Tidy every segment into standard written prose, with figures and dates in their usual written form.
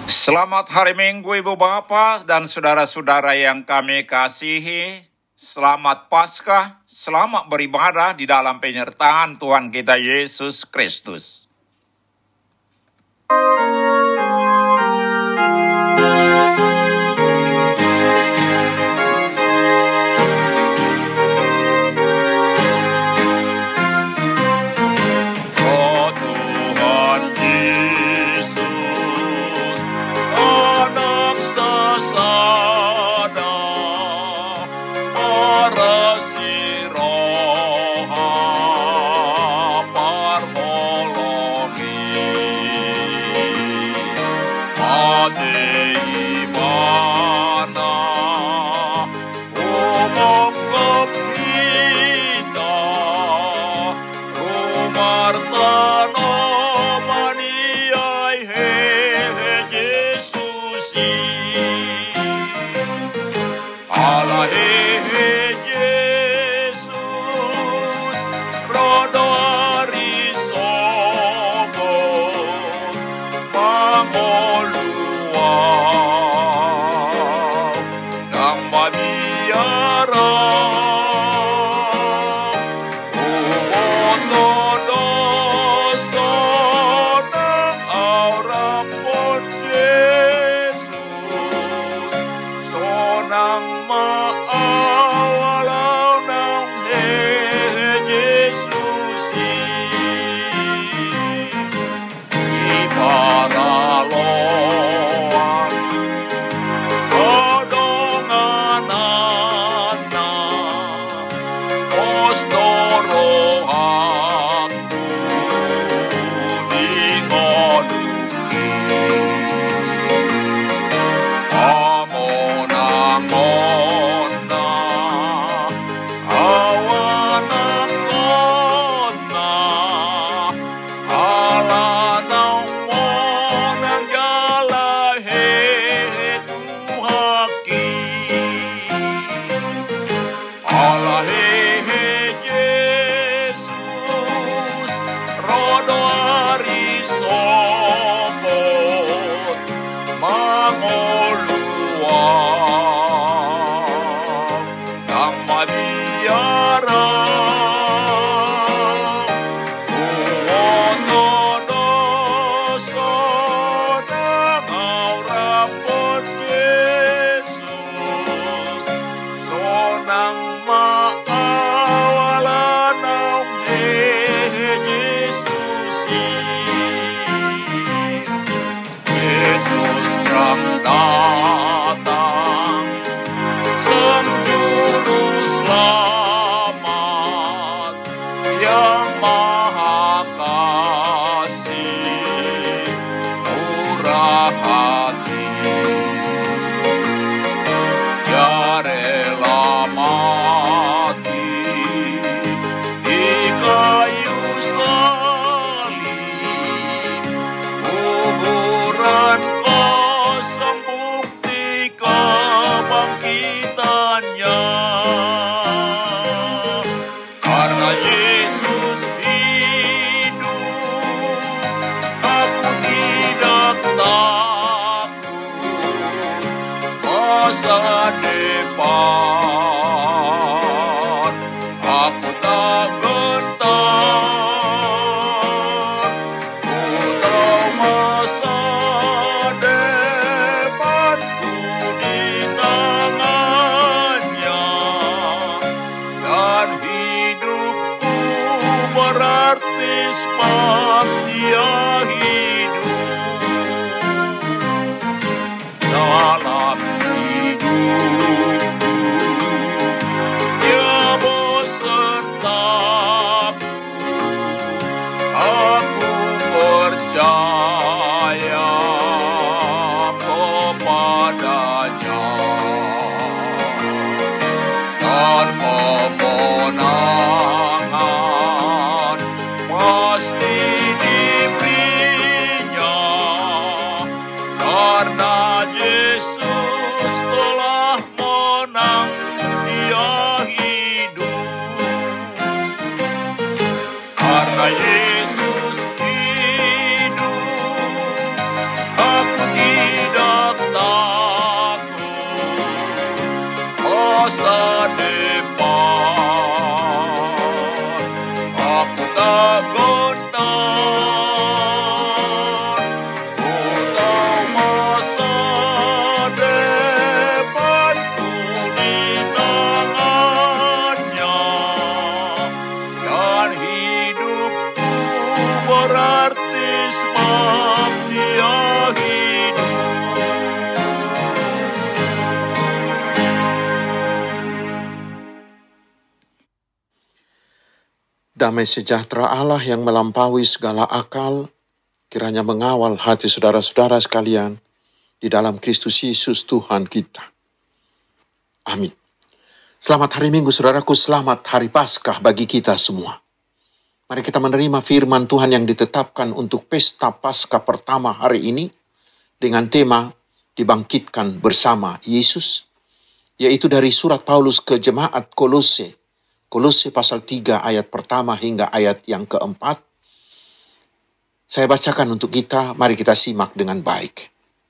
Selamat hari Minggu Ibu Bapak dan saudara-saudara yang kami kasihi. Selamat Paskah, selamat beribadah di dalam penyertaan Tuhan kita Yesus Kristus. Yesus hidup, aku tidak damai sejahtera Allah yang melampaui segala akal, kiranya mengawal hati saudara-saudara sekalian di dalam Kristus Yesus Tuhan kita. Amin. Selamat hari Minggu saudaraku, selamat hari Paskah bagi kita semua. Mari kita menerima firman Tuhan yang ditetapkan untuk pesta Paskah pertama hari ini dengan tema dibangkitkan bersama Yesus, yaitu dari surat Paulus ke jemaat Kolose. Kolose pasal 3 ayat pertama hingga ayat yang keempat. Saya bacakan untuk kita, mari kita simak dengan baik.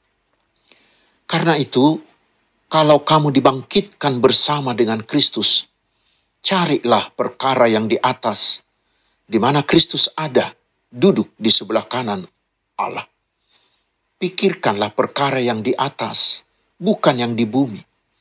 Karena itu, kalau kamu dibangkitkan bersama dengan Kristus, carilah perkara yang di atas, di mana Kristus ada, duduk di sebelah kanan Allah. Pikirkanlah perkara yang di atas, bukan yang di bumi.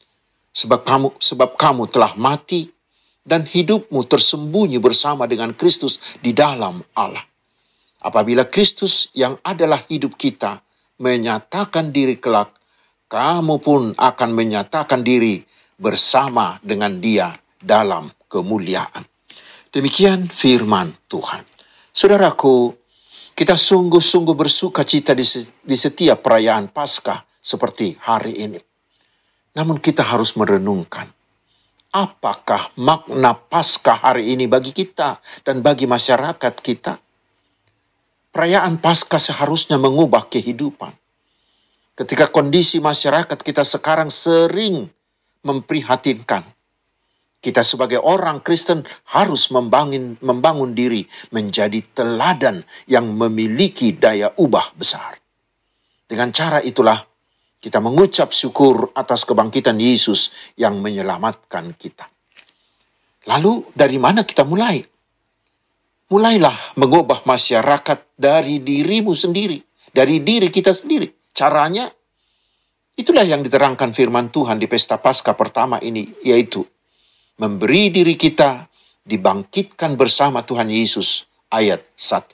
Sebab kamu telah mati, dan hidupmu tersembunyi bersama dengan Kristus di dalam Allah. Apabila Kristus yang adalah hidup kita menyatakan diri kelak, kamu pun akan menyatakan diri bersama dengan Dia dalam kemuliaan. Demikian firman Tuhan. Saudaraku, kita sungguh-sungguh bersuka cita di setiap perayaan Paskah seperti hari ini. Namun kita harus merenungkan, apakah makna Paskah hari ini bagi kita dan bagi masyarakat kita? Perayaan Paskah seharusnya mengubah kehidupan. Ketika kondisi masyarakat kita sekarang sering memprihatinkan, kita sebagai orang Kristen harus membangun diri menjadi teladan yang memiliki daya ubah besar. Dengan cara itulah kita mengucap syukur atas kebangkitan Yesus yang menyelamatkan kita. Lalu dari mana kita mulai? Mulailah mengubah masyarakat dari dirimu sendiri, dari diri kita sendiri. Caranya, itulah yang diterangkan firman Tuhan di pesta Paskah pertama ini, yaitu memberi diri kita dibangkitkan bersama Tuhan Yesus, ayat 1.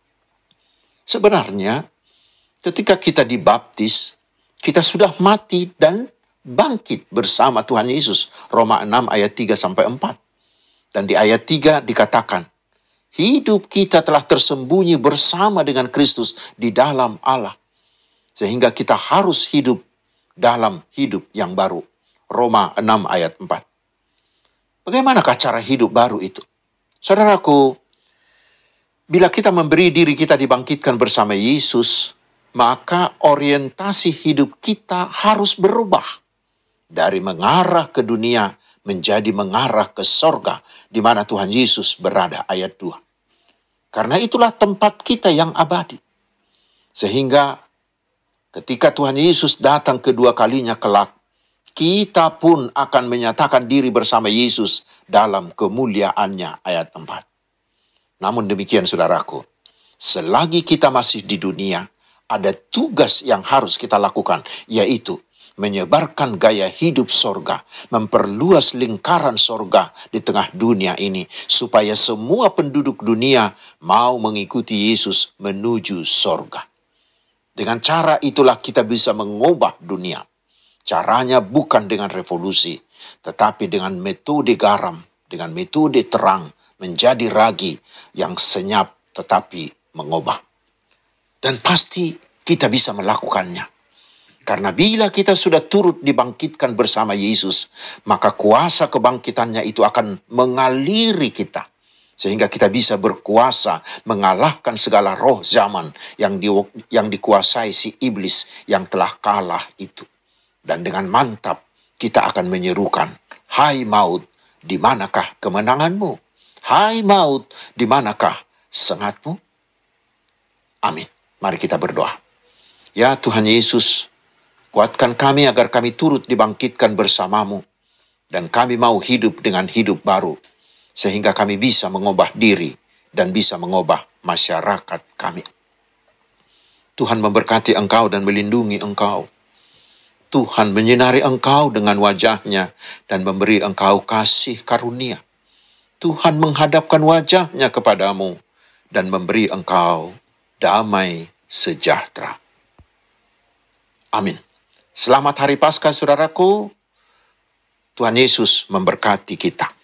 Sebenarnya, ketika kita dibaptis, kita sudah mati dan bangkit bersama Tuhan Yesus. Roma 6 ayat 3-4. Dan di ayat 3 dikatakan, hidup kita telah tersembunyi bersama dengan Kristus di dalam Allah. Sehingga kita harus hidup dalam hidup yang baru. Roma 6 ayat 4. Bagaimanakah cara hidup baru itu? Saudaraku, bila kita memberi diri kita dibangkitkan bersama Yesus, maka orientasi hidup kita harus berubah. Dari mengarah ke dunia menjadi mengarah ke sorga, di mana Tuhan Yesus berada, ayat 2. Karena itulah tempat kita yang abadi. Sehingga ketika Tuhan Yesus datang kedua kalinya kelak, kita pun akan menyatakan diri bersama Yesus dalam kemuliaannya, ayat 4. Namun demikian saudaraku, selagi kita masih di dunia, ada tugas yang harus kita lakukan, yaitu menyebarkan gaya hidup sorga, memperluas lingkaran sorga di tengah dunia ini, supaya semua penduduk dunia mau mengikuti Yesus menuju sorga. Dengan cara itulah kita bisa mengubah dunia. Caranya bukan dengan revolusi, tetapi dengan metode garam, dengan metode terang, menjadi ragi yang senyap tetapi mengubah. Dan pasti kita bisa melakukannya. Karena bila kita sudah turut dibangkitkan bersama Yesus, maka kuasa kebangkitannya itu akan mengaliri kita. Sehingga kita bisa berkuasa mengalahkan segala roh zaman yang dikuasai si iblis yang telah kalah itu. Dan dengan mantap kita akan menyerukan, hai maut, di manakah kemenanganmu? Hai maut, di manakah sengatmu? Amin. Mari kita berdoa. Ya Tuhan Yesus, kuatkan kami agar kami turut dibangkitkan bersamamu. Dan kami mau hidup dengan hidup baru. Sehingga kami bisa mengubah diri dan bisa mengubah masyarakat kami. Tuhan memberkati engkau dan melindungi engkau. Tuhan menyinari engkau dengan wajah-Nya dan memberi engkau kasih karunia. Tuhan menghadapkan wajah-Nya kepadamu dan memberi engkau damai sejahtera. Amin. Selamat Hari Paskah, saudaraku. Tuhan Yesus memberkati kita.